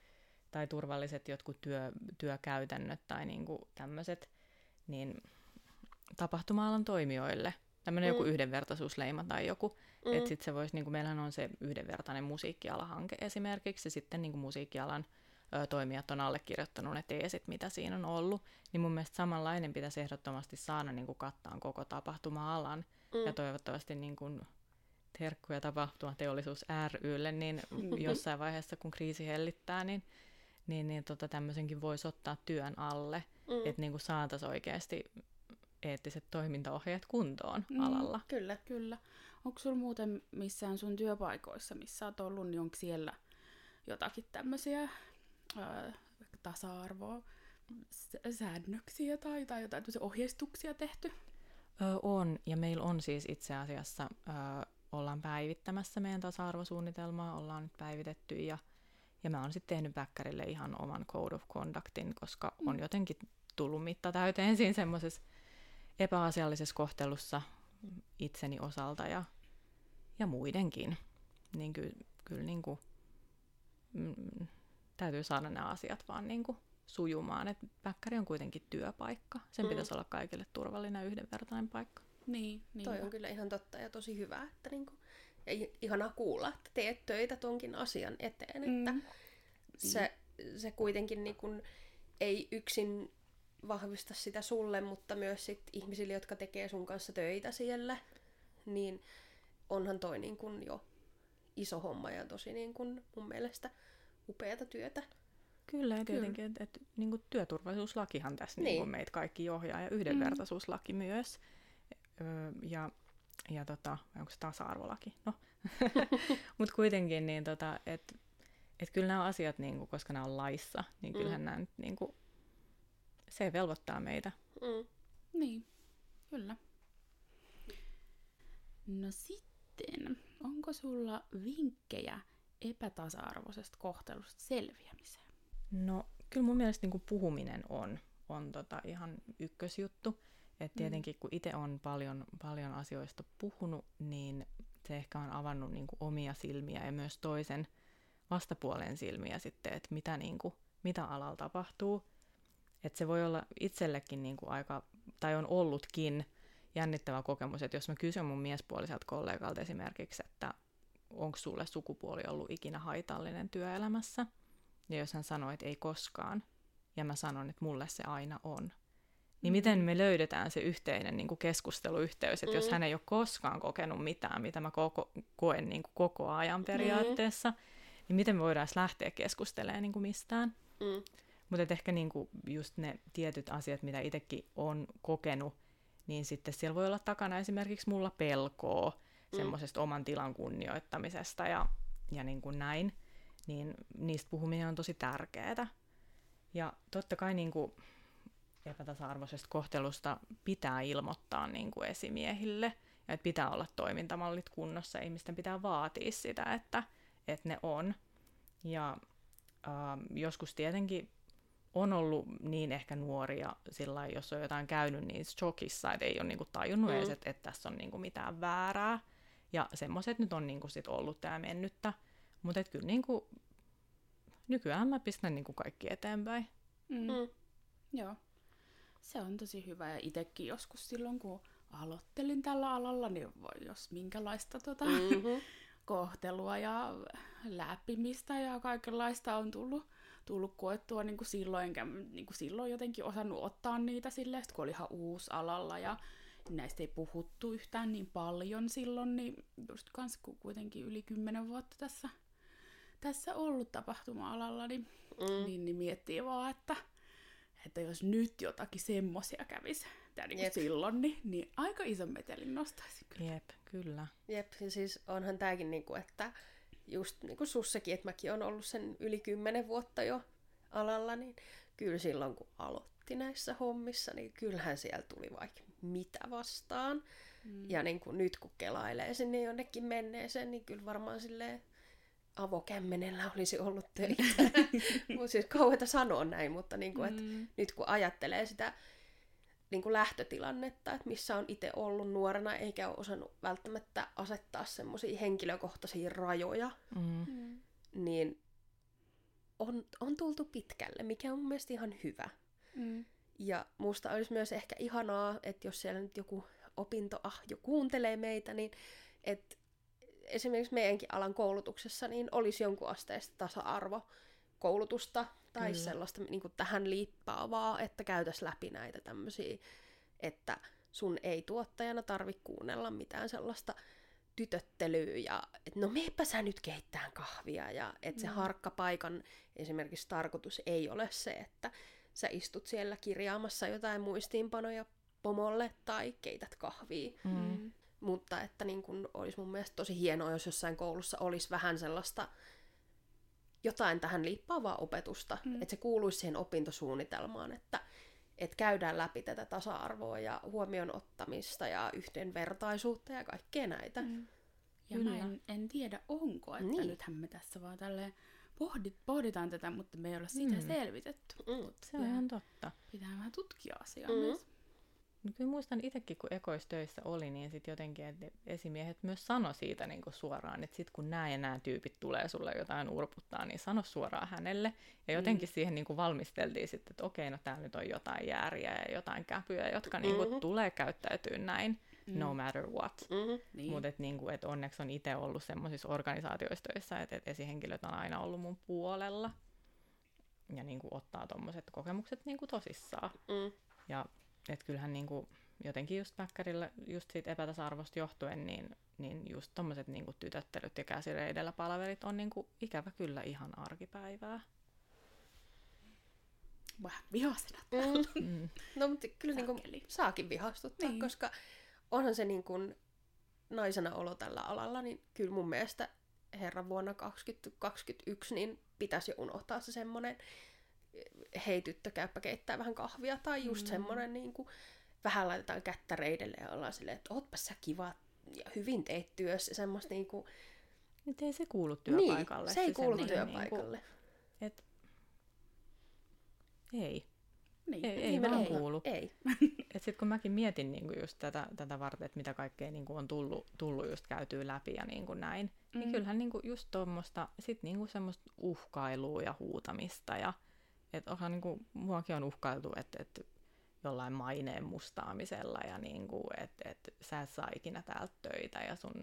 tai turvalliset jotkut työ, työkäytännöt tai niinku tämmöiset, niin tapahtuma-alan toimijoille, tämmöinen mm. joku yhdenvertaisuusleima tai joku, mm. että sitten se voisi, niinku meillähän on se yhdenvertainen musiikkialahanke esimerkiksi, ja sitten niinku musiikkialan ö, toimijat on allekirjoittanut ne teesit, mitä siinä on ollut, niin mun mielestä samanlainen pitäisi ehdottomasti saada niinku kattaan koko tapahtuma-alan, mm. ja toivottavasti niinku terkkuja tapahtumateollisuus ry:lle, niin jossain vaiheessa, kun kriisi hellittää, niin, niin, niin tota, tämmöisenkin voisi ottaa työn alle, mm. että niinku saataisiin oikeasti eettiset toimintaohjeet kuntoon mm, alalla. Kyllä. Kyllä. Onko sulla muuten missään sun työpaikoissa, missä olet ollut, niin onko siellä jotakin tämmöisiä ää, tasa-arvoa, säännöksiä tai, tai jotain ohjeistuksia tehty? Ö, on, ja meillä on siis itse asiassa, ö, ollaan päivittämässä meidän tasa-arvosuunnitelmaa, ollaan nyt päivitetty, ja, ja mä oon sitten tehnyt Bäkkärille ihan oman Code of Conductin, koska mm. on jotenkin tullut mitta täyteen siinä semmoisessa epäasiallisessa kohtelussa itseni osalta ja, ja muidenkin. Niin kyllä, kyllä niin kuin, mm, täytyy saada nämä asiat vaan niin kuin sujumaan. Et Bäkkäri on kuitenkin työpaikka. Sen mm. pitäisi olla kaikille turvallinen ja yhdenvertainen paikka. Niin, niin Toi on kyllä ihan totta ja tosi hyvä. Että niinku, ja ihanaa kuulla, että teet töitä tonkin asian eteen. Että mm. se, se kuitenkin niinku ei yksin vahvista sitä sulle, mutta myös sit ihmisille, jotka tekee sun kanssa töitä siellä, niin onhan toi niin kun jo iso homma ja tosi niin kun mun mielestä upeata työtä. Kyllä, ja tietenkin, että et, niin työturvallisuuslakihan tässä niin. Niin meitä kaikki ohjaa, ja yhdenvertaisuuslaki mm. myös. Öö, ja ja tota, onko se tasa-arvolaki? No. Mutta kuitenkin, niin tota, että et kyllä nämä asiat, niin kun, koska nämä on laissa, niin kyllähän mm. nämä nyt niin kun, se velvoittaa meitä. Mm. Niin, kyllä. No sitten, onko sulla vinkkejä epätasa-arvoisesta kohtelusta selviämiseen? No, kyllä mun mielestä niin kuin puhuminen on, on tota ihan ykkösjuttu. Et tietenkin kun itse on paljon, paljon asioista puhunut, niin se ehkä on avannut niin kuin omia silmiä ja myös toisen vastapuolen silmiä sitten, että mitä, niin kuin, mitä alalla tapahtuu. Että se voi olla itsellekin niin kuin aika, tai on ollutkin jännittävä kokemus, että jos mä kysyn mun miespuoliselta kollegalta esimerkiksi, että onko sulle sukupuoli ollut ikinä haitallinen työelämässä, ja jos hän sanoo, että ei koskaan, ja mä sanon, että mulle se aina on, niin mm. miten me löydetään se yhteinen niin kuin keskusteluyhteys, että mm. jos hän ei ole koskaan kokenut mitään, mitä mä koko, koen niin kuin koko ajan periaatteessa, mm. niin miten me voidaan lähteä keskustelemaan niin kuin mistään. Mm. Mutta ehkä niinku just ne tietyt asiat, mitä itsekin on kokenut, niin sitten siellä voi olla takana esimerkiksi mulla pelkoa mm. semmoisesta oman tilan kunnioittamisesta ja, ja niin kuin näin. Niin niistä puhuminen on tosi tärkeää. Ja totta kai niin kuin epätasa-arvoisesta kohtelusta pitää ilmoittaa niin kuin esimiehille, ja että pitää olla toimintamallit kunnossa, ihmisten pitää vaatia sitä, että, että ne on. Ja äh, joskus tietenkin on ollut niin ehkä nuoria, sillä jos on jotain käynyt niin shokissa, että ei ole niinku tajunnut mm. edes, että, että tässä on niinku mitään väärää. Ja semmoiset nyt on niinku sit ollut tää mennyttä. Mutta kyllä niinku, nykyään mä pistän niinku kaikki eteenpäin. Mm. Mm. Joo, se on tosi hyvä. Ja itsekin joskus silloin, kun aloittelin tällä alalla, niin voi jos minkälaista tota, mm-hmm. kohtelua ja läpimistä ja kaikenlaista on tullut. tullut koettua niin kuin silloin, enkä niin kuin silloin jotenkin osannut ottaa niitä silleen, kun oli ihan uusi alalla ja näistä ei puhuttu yhtään niin paljon silloin, niin just kans kun kuitenkin yli kymmenen vuotta tässä, tässä ollut tapahtuma-alalla, niin, mm. niin, niin miettii vaan, että, että jos nyt jotakin semmosia kävisi niin kuin silloin, niin, niin aika ison metelin nostaisin kyllä. Jep, kyllä. Jep, ja siis onhan tääkin niinku, että just niin kuin sussakin, että mäkin olen ollut sen yli kymmenen vuotta jo alalla, niin kyllä silloin kun aloitti näissä hommissa, niin kyllähän siellä tuli vaikka mitä vastaan. Mm. Ja niin kuin nyt kun kelailee sinne jonnekin menneeseen, niin kyllä varmaan silleen avokämmenellä olisi ollut töitä. Siis kauheata sanoa näin, mutta niin kuin, että mm. nyt kun ajattelee sitä niin kuin lähtötilannetta, että missä on itse ollut nuorena, eikä ole osannut välttämättä asettaa semmoisia henkilökohtaisia rajoja, mm. niin on, on tultu pitkälle, mikä on mun mielestä ihan hyvä. Mm. Ja musta olisi myös ehkä ihanaa, että jos siellä nyt joku opintoahjo kuuntelee meitä, niin että esimerkiksi meidänkin alan koulutuksessa niin olisi jonkun asteista tasa-arvokoulutusta tai Kyllä. sellaista niin kuin tähän liippaavaa, että käytäisiin läpi näitä tämmöisiä, että sun ei tuottajana tarvitse kuunnella mitään sellaista tytöttelyä ja että no meepä sä nyt keittään kahvia ja että se mm. harkkapaikan esimerkiksi tarkoitus ei ole se, että sä istut siellä kirjaamassa jotain muistiinpanoja pomolle tai keität kahvia. Mm. Mutta että niin kun olisi mun mielestä tosi hienoa, jos jossain koulussa olisi vähän sellaista jotain tähän liippaavaa opetusta, mm. että se kuuluisi siihen opintosuunnitelmaan, että, että käydään läpi tätä tasa-arvoa ja huomioon ottamista ja yhdenvertaisuutta ja kaikkea näitä. Mm. Ja mä en, en tiedä onko, että niin. nythän me tässä vaan tälleen pohdit, pohditaan tätä, mutta me ei olla sitä mm. selvitetty. Mm. Se on ihan totta. Pitää vähän tutkia asiaa Mm. myös. No kyllä muistan itsekin, kun ekoistöissä oli, niin sitten jotenkin, että esimiehet myös sano siitä niin kuin suoraan, että sitten kun nämä ja nämä tyypit tulee sulle jotain urputtaa, niin sano suoraan hänelle. Ja jotenkin mm. siihen niin kuin valmisteltiin sitten, että okei, no täällä nyt on jotain jääriä ja jotain käpyjä, jotka niin kuin, tulee käyttäytyä näin, mm. no matter what. Mm-hmm. Niin. Mutta et, niin kuin, et onneksi on itse ollut semmoisissa organisaatioissa töissä, että et esihenkilöt on aina ollut mun puolella. Ja niin kuin, ottaa tommoset kokemukset niin kuin tosissaan. Mm. Ja että kyllähän niinku, jotenkin just päkkärillä just siitä epätasa-arvosta johtuen, niin, niin just tommoset niinku tytöttelyt ja käsireidellä palaverit on niinku ikävä kyllä ihan arkipäivää. Vähän vihasena. Mm. Mm. No mutta kyllä niinku saakin vihastuttaa, niin. koska onhan se niinku naisena olo tällä alalla, niin kyllä mun mielestä herran vuonna kaksituhattakaksikymmentäyksi niin pitäisi jo unohtaa se semmoinen hei tyttö, käyppä keittää vähän kahvia, tai just mm. semmoinen niin kuin, vähän laitetaan kättä reidelle ja ollaan silleen, että ootpa sä kiva ja hyvin teit työssä, semmoista niin kuin... Nyt ei se kuulu työpaikalle. Niin, se ei kuulu työpaikalle. Niin kuin, et... Ei. Niin. Ei, ei niin vaan ei. kuulu. Ei. Et sit kun mäkin mietin niinku just tätä, tätä varten, että mitä kaikkea niinku on tullut, tullut just käytyä läpi ja niinku näin, mm. niin kyllähän niinku just tuommoista, sit niinku semmoista uhkailua ja huutamista ja että onhan niinku, muakin on uhkailtu, että et jollain maineen mustaamisella ja niinku, että et sä et saa ikinä täältä töitä ja sun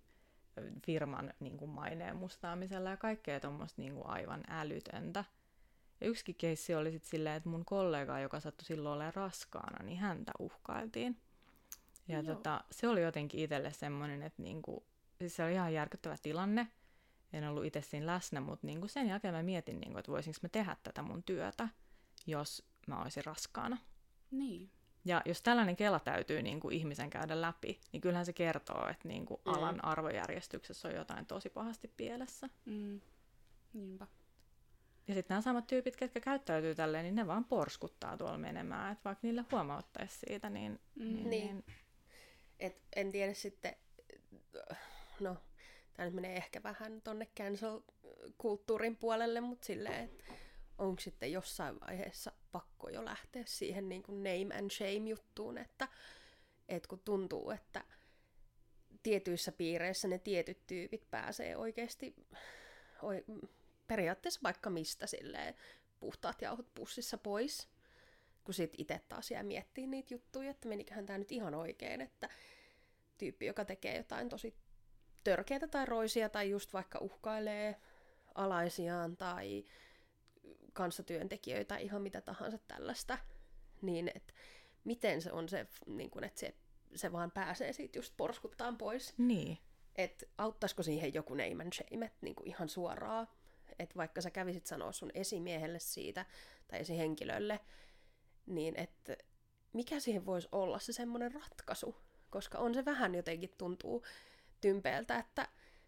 firman niinku maineen mustaamisella ja kaikkea tommoista niinku aivan älytöntä. Ja yksikin keissi oli sit silleen, että mun kollega, joka sattui silloin olemaan raskaana, niin häntä uhkailtiin. Ja tota, se oli jotenkin itselle semmoinen, että niinku, siis se oli ihan järkyttävä tilanne. En ollut itse siinä läsnä, mutta niinku sen jälkeen mä mietin, niinku, että voisinko mä tehdä tätä mun työtä, jos mä olisin raskaana. Niin. Ja jos tällainen kela täytyy niinku ihmisen käydä läpi, niin kyllähän se kertoo, että niinku mm. alan arvojärjestyksessä on jotain tosi pahasti pielessä. Mm. Niinpä. Ja sitten nämä samat tyypit, ketkä käyttäytyy tälleen, niin ne vaan porskuttaa tuolla menemään. Että vaikka niille huomauttaisi siitä, niin... Mm. niin, niin. niin... Et en tiedä sitten... No, tämä nyt menee ehkä vähän tonne cancel-kulttuurin puolelle, mutta silleen, että onko sitten jossain vaiheessa pakko jo lähteä siihen niin kuin name and shame-juttuun, että, että kun tuntuu, että tietyissä piireissä ne tietyt tyypit pääsee oikeasti... Oi, periaatteessa vaikka mistä silleen puhtaat jauhot pussissa pois, kun sit itse taas jää miettimään niitä juttuja, että meniköhän tää nyt ihan oikein, että tyyppi, joka tekee jotain tosi törkeätä tai roisia tai just vaikka uhkailee alaisiaan tai kanssatyöntekijöitä, ihan mitä tahansa tällaista, niin että miten se on se, niin kun, että se, se vaan pääsee siitä just porskuttaan pois. Niin. Että auttaisiko siihen joku name and shame, että niin kuin ihan suoraan. Että vaikka sä kävisit sanoa sun esimiehelle siitä, tai esihenkilölle, niin että mikä siihen voisi olla se semmoinen ratkaisu? Koska on se vähän jotenkin tuntuu tympeältä, että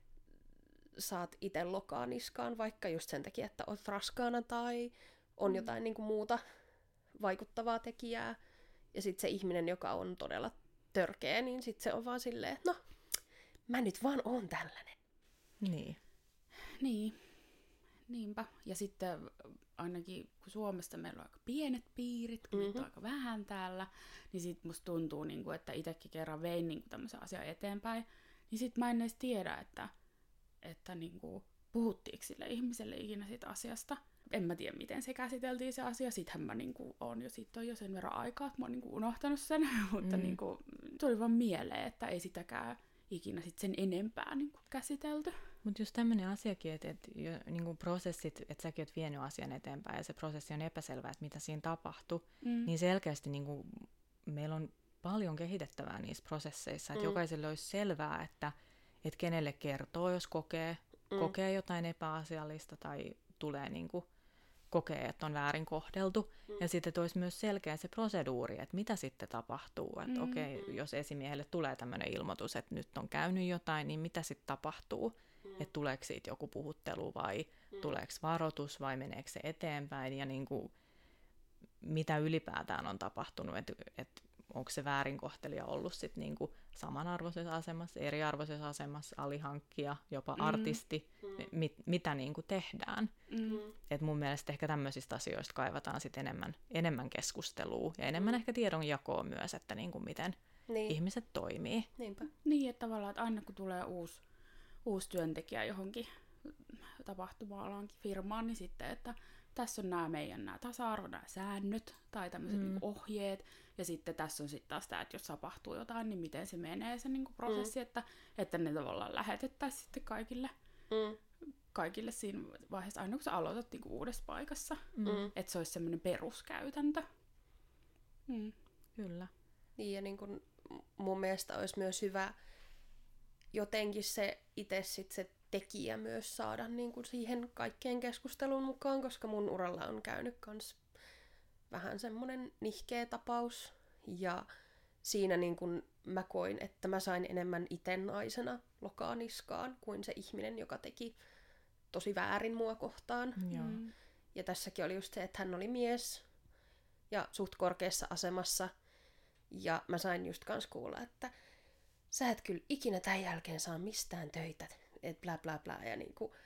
saat itse lokaa niskaan, vaikka just sen takia, että oot raskaana tai on mm. jotain niin kuin muuta vaikuttavaa tekijää. Ja sitten se ihminen, joka on todella törkeä, niin sitten se on vaan silleen, että no, mä nyt vaan oon tällainen. Niin. Niin. Niinpä. Ja sitten ainakin kun Suomessa meillä on aika pienet piirit, kun mm-hmm. on aika vähän täällä, niin sit musta tuntuu, niin kuin, että itsekin kerran vein niin kuin tämmöisen asian eteenpäin, niin sit mä en edes tiedä, että, että niin kuin, puhuttiinko sille ihmiselle ikinä siitä asiasta. en mä tiedä, miten se käsiteltiin se asia. Sittenhän mä niinku oon jo, siitä on jo sen verran aikaa, että mä oon niinku unohtanut sen, mutta mm. niinku, tuli vaan mieleen, että ei sitäkään ikinä sit sen enempää niinku käsitelty. Mutta just tämmöinen asiakin, että et, niinku prosessit, että säkin oot vienyt asian eteenpäin ja se prosessi on epäselvää, että mitä siinä tapahtui, mm. niin selkeästi niinku, meillä on paljon kehitettävää niissä prosesseissa, että mm. jokaiselle olisi selvää, että et kenelle kertoo, jos kokee, mm. kokee jotain epäasiallista tai tulee niinku, kokee, että on väärin kohdeltu. Mm. Ja sitten olisi myös selkeä se proseduuri, että mitä sitten tapahtuu. Että mm. okei, okay, jos esimiehelle tulee tämmöinen ilmoitus, että nyt on käynyt jotain, niin mitä sitten tapahtuu? Mm. Että tuleeko siitä joku puhuttelu vai mm. tuleeko varoitus vai meneekö se eteenpäin? Ja niinku, mitä ylipäätään on tapahtunut, että et, onko se väärinkohtelija ollut sitten niinku samanarvoisessa asemassa, eriarvoisessa asemassa, alihankkija, jopa mm. artisti, mm. mit, mitä niinku tehdään. Mm. Et mun mielestä ehkä tämmöisistä asioista kaivataan sit enemmän, enemmän keskustelua ja enemmän mm. ehkä tiedonjakoa myös, että niinku miten niin. ihmiset toimii. Niinpä. Niin, että tavallaan, että aina kun tulee uusi, uusi työntekijä johonkin tapahtuma-alankin firmaan, niin sitten, että tässä on nämä meidän nämä tasa-arvo, nämä säännöt tai tämmöiset mm. niinku ohjeet. Ja sitten tässä on sitten taas tämä, että jos tapahtuu jotain, niin miten se menee se niinku prosessi, mm. että, että ne tavallaan lähetettäisiin sitten kaikille, mm. kaikille siinä vaiheessa, aina kun sä aloitat niinku uudessa paikassa. Mm. Että se olisi semmoinen peruskäytäntö. Mm. Kyllä. Niin ja niin kun mun mielestä olisi myös hyvä jotenkin se itse sit se tekijä myös saada niin kuin siihen kaikkeen keskusteluun mukaan, koska mun uralla on käynyt kans vähän semmoinen nihkeä tapaus. Ja siinä niin kuin mä koin, että mä sain enemmän ite naisena lokaa niskaan kuin se ihminen, joka teki tosi väärin mua kohtaan. Mm. Ja tässäkin oli just se, että hän oli mies ja suht korkeassa asemassa. Ja mä sain just kans kuulla, että sä et kyllä ikinä tämän jälkeen saa mistään töitä. Et blä blä blä. Ja niinku,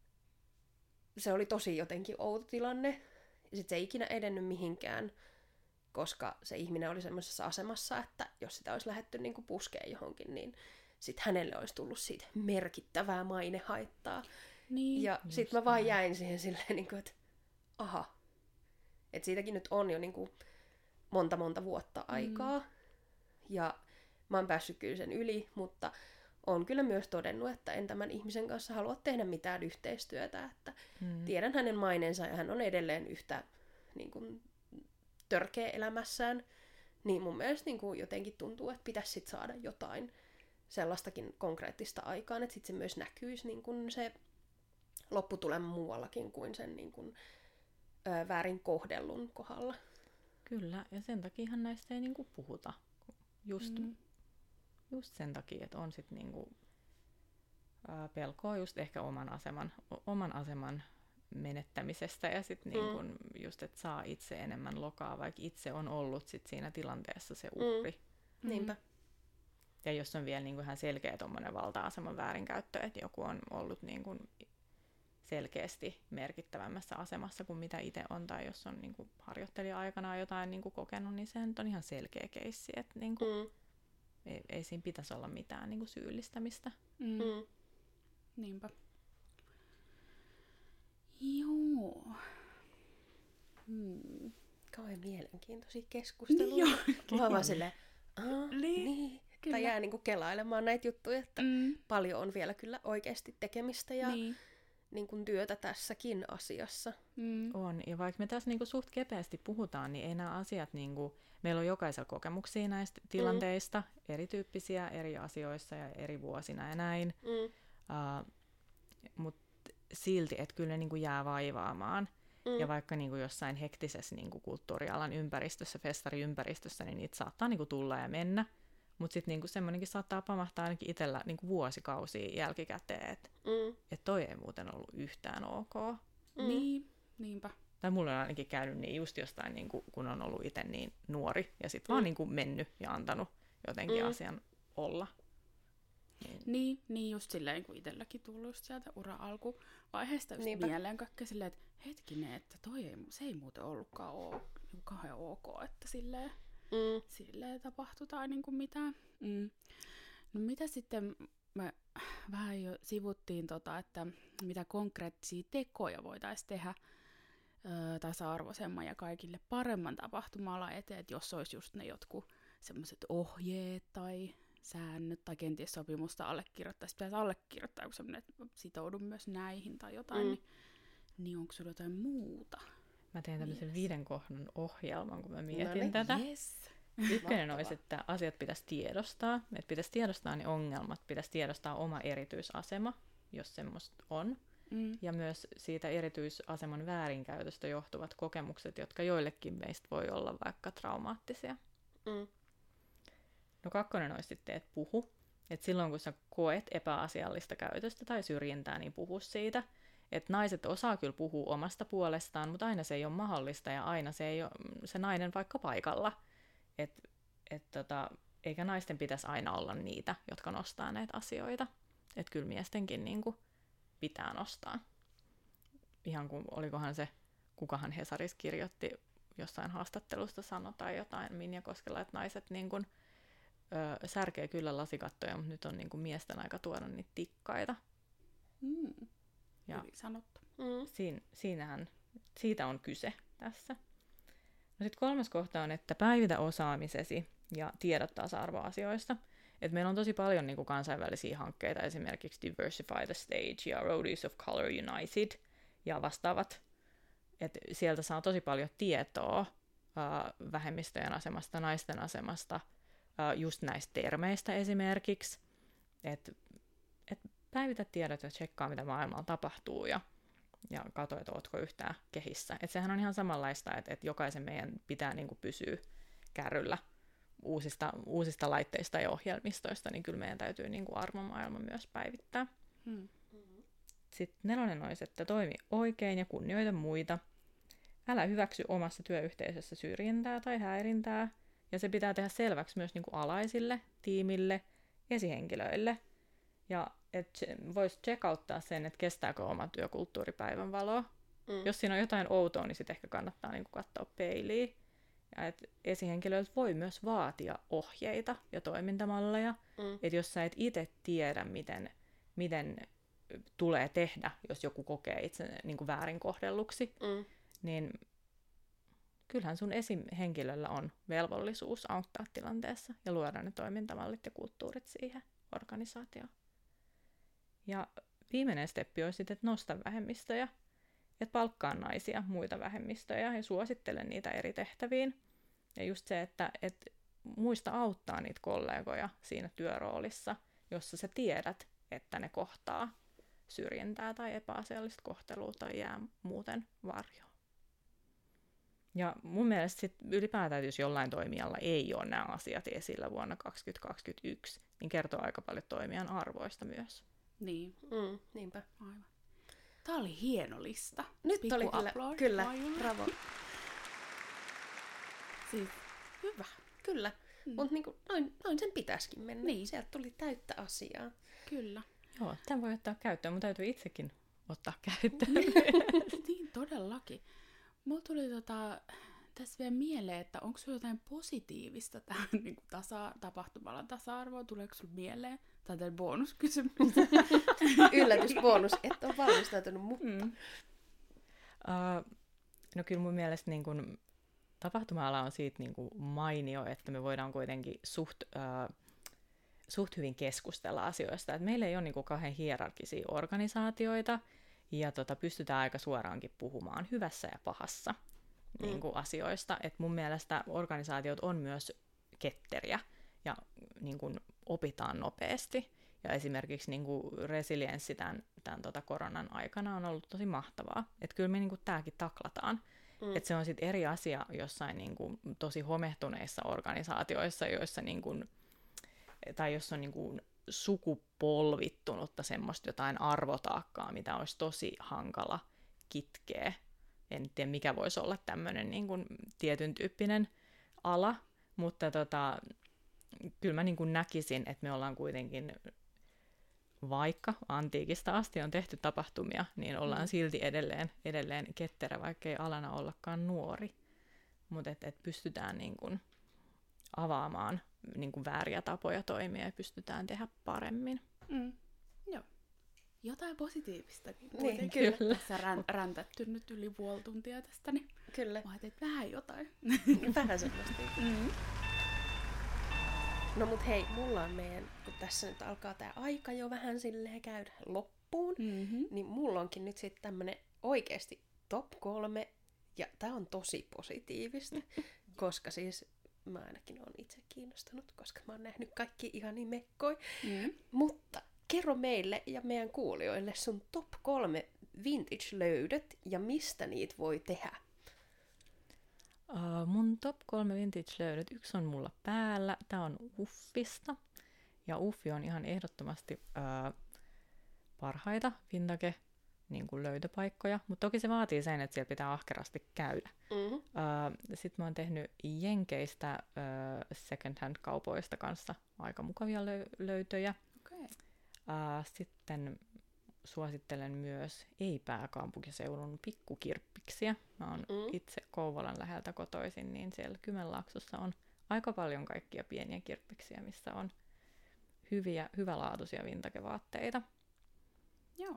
se oli tosi jotenkin outo tilanne. Ja sit se ei ikinä edennyt mihinkään, koska se ihminen oli semmoisessa asemassa, että jos sitä olisi lähdetty niinku puskeen johonkin, niin sit hänelle olisi tullut siitä merkittävää mainehaittaa. Niin, ja sit mä vaan jäin siihen silleen, niinku, että aha. Että siitäkin nyt on jo niinku monta monta vuotta aikaa. Mm. Ja mä oon päässyt kyllä sen yli, mutta on kyllä myös todennut, että en tämän ihmisen kanssa halua tehdä mitään yhteistyötä. Että mm. tiedän hänen maineensa ja hän on edelleen yhtä niin kuin, törkeä elämässään. Niin mun mielestä niin kuin, jotenkin tuntuu, että pitäisi sit saada jotain sellaistakin konkreettista aikaan, että sit se myös näkyisi niin kuin se lopputulema muuallakin kuin sen niin kuin, ö, väärin kohdellun kohdalla. Kyllä, ja sen takiahan näistä ei niin kuin puhuta. Just mm. Just sen takia, että on sitten niinku, ää, pelkoa just ehkä oman aseman, oman aseman menettämisestä ja sitten niinku, mm. just, että saa itse enemmän lokaa, vaikka itse on ollut sit siinä tilanteessa se uhri. Mm. Niinpä. Ja jos on vielä niinku ihan selkeä tommonen valta-aseman väärinkäyttö, että joku on ollut niinku selkeästi merkittävämmässä asemassa kuin mitä itse on, tai jos on niinku harjoittelija-aikana jotain niinku kokenut, niin se on ihan selkeä keissi, että niinku, mm. Ei, ei siinä pitäisi olla mitään niin kuin syyllistämistä. Mm. Mm. Niinpä. Joo. Hmm. Kauhean mielenkiintoisia keskusteluja. Mä oon vaan silleen, niin. niin. Tai jää niin kuin kelailemaan näitä juttuja, että mm. paljon on vielä kyllä oikeasti tekemistä ja niin. Niin kuin työtä tässäkin asiassa. Mm. On, ja vaikka me tässä niin kuin suht kepeästi puhutaan, niin ei nämä asiat, niin kuin, meillä on jokaisella kokemuksia näistä tilanteista, mm. erityyppisiä eri asioissa ja eri vuosina ja näin, mm. uh, mutta silti, että kyllä ne niin kuin jää vaivaamaan. Mm. Ja vaikka niin kuin jossain hektisessä niin kuin kulttuurialan ympäristössä, festariympäristössä, niin niitä saattaa niin kuin tulla ja mennä. Mutta sitten niinku semmoinenkin saattaa pamahtaa ainakin itsellä niinku vuosikausia jälkikäteen, että mm. et toi ei muuten ollut yhtään ok. Mm. Niin, niinpä. Tai mulla on ainakin käynyt niin just jostain, niinku, kun on ollut itse niin nuori, ja sitten mm. vaan niinku mennyt ja antanut jotenkin mm. asian olla. Niin, niin, niin just silleen, kun itselläkin tullut just sieltä ura-alkuvaiheesta just mieleen kaikkea silleen, että hetkinen, että toi ei, se ei muuten ollutkaan oo, kauhean ok, että silleen... Mm. Silleen tapahtui tai niinku mitään. Mm. No mitä sitten, me vähän jo sivuttiin, tota, että mitä konkreettisia tekoja voitaisiin tehdä, ö, tasa-arvoisemman ja kaikille paremman tapahtuma-alan eteen, että jos olisi just ne jotkut semmoiset ohjeet tai säännöt tai kenties sopimusta allekirjoittaisi, pitäisi allekirjoittaa joku semmoinen, että sitoudun myös näihin tai jotain, mm. niin, niin onko sulla jotain muuta? Mä tein tämmöisen Yes. viiden kohdan ohjelman, kun mä mietin Noniin, tätä. Yes. Ykkönen olisi, että asiat pitäisi tiedostaa. Että pitäisi tiedostaa ne ongelmat, pitäisi tiedostaa oma erityisasema, jos semmoista on. Mm. Ja myös siitä erityisaseman väärinkäytöstä johtuvat kokemukset, jotka joillekin meistä voi olla vaikka traumaattisia. Mm. No kakkonen olisi sitten, että puhu. Että silloin kun sä koet epäasiallista käytöstä tai syrjintää, niin puhu siitä. Että naiset osaa kyllä puhua omasta puolestaan, mutta aina se ei ole mahdollista ja aina se ei ole se nainen vaikka paikalla. Et, et tota, eikä naisten pitäisi aina olla niitä, jotka nostaa näitä asioita. Että kyllä miestenkin niin kuin pitää nostaa. Ihan kuin olikohan se, kukahan Hesarissa kirjoitti jossain haastattelusta sanoi tai jotain Minja Koskela, että naiset niin kuin, ö, särkee kyllä lasikattoja, mutta nyt on niin kuin miesten aika tuoda niitä tikkaita. Mm. Ja Hyvin sanottu. Mm. siin, siinähän, siitä on kyse tässä. No sitten kolmas kohta on, että päivitä osaamisesi ja tiedot tasa-arvoasioista. Et meillä on tosi paljon niin kuin kansainvälisiä hankkeita, esimerkiksi Diversify the Stage ja Roadies of Color United ja vastaavat. Et sieltä saa tosi paljon tietoa ää, vähemmistöjen asemasta, naisten asemasta, ää, just näistä termeistä esimerkiksi. Et, et päivitä tiedot ja tsekkaa, mitä maailmalla tapahtuu ja, ja katso, että ootko yhtään kehissä. Et sehän on ihan samanlaista, että et jokaisen meidän pitää niin kuin pysyä kärryllä uusista, uusista laitteista ja ohjelmistoista, niin kyllä meidän täytyy niin kuin arvomaailma myös päivittää. Mm. Sitten nelonen olisi, että toimi oikein ja kunnioita muita. Älä hyväksy omassa työyhteisössä syrjintää tai häirintää, ja se pitää tehdä selväksi myös niin kuin alaisille, tiimille, esihenkilöille. Ja että voisi checkouttaa sen, että kestääkö oma työkulttuuripäivän valoa. Mm. Jos siinä on jotain outoa, niin sitten ehkä kannattaa niin kuin katsoa peiliin. Ja että esihenkilöiltä voi myös vaatia ohjeita ja toimintamalleja. Mm. Että jos sä et itse tiedä, miten, miten tulee tehdä, jos joku kokee itse niin kuin väärin kohdelluksi, mm. niin kyllähän sun esihenkilöllä on velvollisuus auttaa tilanteessa ja luoda ne toimintamallit ja kulttuurit siihen organisaatioon. Ja viimeinen steppi olisi sitten, että nosta vähemmistöjä, että palkkaa naisia, muita vähemmistöjä ja suosittele niitä eri tehtäviin. Ja just se, että et muista auttaa niitä kollegoja siinä työroolissa, jossa sä tiedät, että ne kohtaa syrjintää tai epäasiallista kohtelua tai jää muuten varjoon. Ja mun mielestä sit ylipäätään, jos jollain toimijalla ei ole nämä asiat esillä vuonna kaksituhattakaksikymmentäyksi, niin kertoo aika paljon toimijan arvoista myös. Niin. Mm, niinpä. Aivan. Tää oli hieno lista. Nyt Pikku oli kyllä, upload. kyllä, Majulle. bravo. Siis, hyvä. Kyllä, mm. mutta niin noin, noin sen pitäisikin mennä. Niin. Sieltä tuli täyttä asiaa. Kyllä. Joo, tämän voi ottaa käyttöön. Mun täytyy itsekin ottaa käyttöön. Niin, todellakin. Mulla tuli tota, tässä vielä mieleen, että onko sulla jotain positiivista tähän niin kuin tasa, tapahtumalla tasa-arvoa? Tuleeko sulla mieleen? Tai tämä bonuskysymys. Yllätysbonus, et ole valmistautunut, mutta... Mm. Uh, no kyllä mun mielestä niin kun, tapahtuma-ala on siitä niin kun mainio, että me voidaan kuitenkin suht, uh, suht hyvin keskustella asioista. Et meillä ei ole niin kun kauhean hierarkisia organisaatioita, ja tota, pystytään aika suoraankin puhumaan hyvässä ja pahassa mm. niin kun, asioista. Et mun mielestä organisaatiot on myös ketteriä, ja niin kun, opitaan nopeasti. Ja esimerkiksi niin kuin resilienssi tämän, tämän tota koronan aikana on ollut tosi mahtavaa. Että kyllä me niin kuin tämäkin taklataan. Mm. Että se on sitten eri asia jossain niin kuin tosi homehtuneissa organisaatioissa, joissa niin kuin, tai jos on niin kuin sukupolvittunutta semmoista jotain arvotaakkaa, mitä olisi tosi hankala kitkeä. En tiedä, mikä voisi olla tämmöinen niin kuin tietyn tyyppinen ala, mutta tota, kyllä mä niin kuin näkisin, että me ollaan kuitenkin, vaikka antiikista asti on tehty tapahtumia, niin ollaan mm. silti edelleen, edelleen ketterä, vaikka ei alana ollakaan nuori. Mutta et, et pystytään niin kun avaamaan niin kun vääriä tapoja toimia ja pystytään tehdä paremmin. Mm. Joo. jotain positiivistakin. Niin, kyllä. kyllä. Tässä rän, räntätty nyt yli puoli tuntia tästä, niin Kyllä. mä ajattelin, että vähän jotain. Vähän semmoista. Mm. No mut hei, mulla on meidän, kun tässä nyt alkaa tää aika jo vähän silleen käydä loppuun, Mm-hmm. niin mulla onkin nyt sitten tämmönen oikeesti top kolme, ja tää on tosi positiivista, koska siis mä ainakin oon itse kiinnostunut, koska mä oon nähnyt kaikki ihania mekkoja. Mm. Mutta kerro meille ja meidän kuulijoille sun top kolme vintage-löydöt ja mistä niitä voi tehdä. Uh, mun top kolme vintage-löydöt. Yksi on mulla päällä. Tää on Uffista. Ja Uffi on ihan ehdottomasti uh, parhaita vintage niin kuin löytöpaikkoja. Mutta toki se vaatii sen, että siellä pitää ahkerasti käydä. Mm-hmm. Uh, Sitten mä oon tehnyt Jenkeistä uh, second hand kaupoista kanssa aika mukavia lö- löytöjä. Okay. Uh, sitten suosittelen myös ei-pääkaupunkiseudun pikkukirppiksiä. Mä oon Mm. itse Kouvolan läheltä kotoisin, niin siellä Kymenlaaksossa on aika paljon kaikkia pieniä kirppiksiä, missä on hyviä, hyvälaatuisia vintagevaatteita. Joo.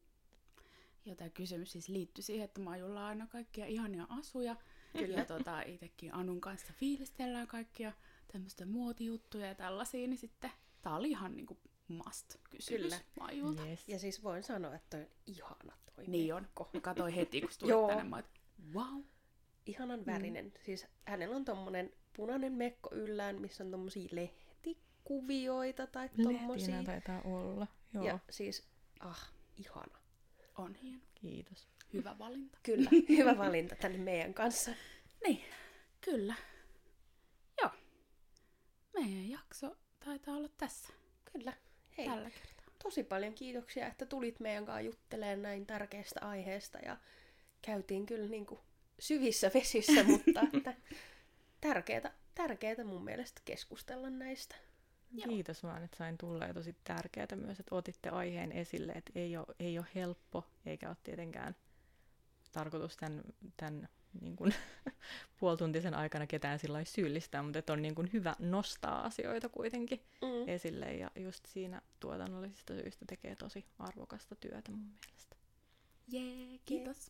Ja tämä kysymys siis liittyy siihen, että Majulla on aina kaikkia ihania asuja. Kyllä. Ja tota, itsekin Anun kanssa fiilistellään kaikkia tämmöistä muotijuttuja ja tällaisia, niin sitten tää oli ihan niinku must-kysymys Kyllä. Majulta. Yes. Ja siis voin sanoa, että toi on ihana toi Niin on. mekko. Mä katsoin heti, kun Joo. tulit tänne, mä oon, wow. Ihanan värinen. Mm. Siis hänellä on tommonen punainen mekko yllään, missä on tommosia lehtikuvioita tai tommosia. Lehtinä taitaa olla. Joo. Ja siis, ah, ihana. On hieno. Kiitos. Hyvä valinta. Kyllä, hyvä valinta tänne meidän kanssa. Niin, kyllä. Joo. Meidän jakso taitaa olla tässä Kyllä. Hei, tällä kertaa. tosi paljon kiitoksia, että tulit meidän kanssa juttelemaan näin tärkeästä aiheesta ja käytiin kyllä niin kuin syvissä vesissä, mutta että tärkeää, tärkeää mun mielestä keskustella näistä. Joo. Kiitos vaan, että sain tulla ja tosi tärkeää myös, että otitte aiheen esille, että ei ole, ei ole helppo, eikä ole tietenkään tarkoitus tämän, tämän niin kuin, puolituntisen aikana ketään sillä lailla syyllistää, mutta että on niin kuin hyvä nostaa asioita kuitenkin Mm. esille ja just siinä tuotannollisista syistä tekee tosi arvokasta työtä mun mielestä. Jee, kiitos.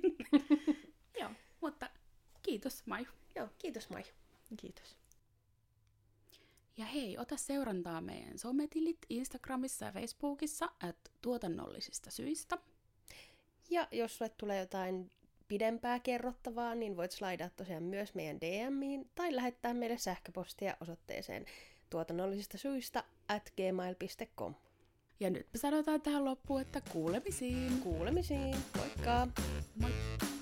Joo, mutta kiitos Maju. Joo, kiitos Maiju. Kiitos. Ja hei, ota seurantaa meidän sometilit Instagramissa ja Facebookissa at tuotannollisista syistä. Ja jos sulle tulee jotain pidempää kerrottavaa, niin voit slaidaa tosiaan myös meidän D Miin tai lähettää meille sähköpostia osoitteeseen tuotannollisista syistä at gmail piste com. Ja nyt me sanotaan tähän loppuun, että kuulemisiin. Kuulemisiin. Moikka! Moi!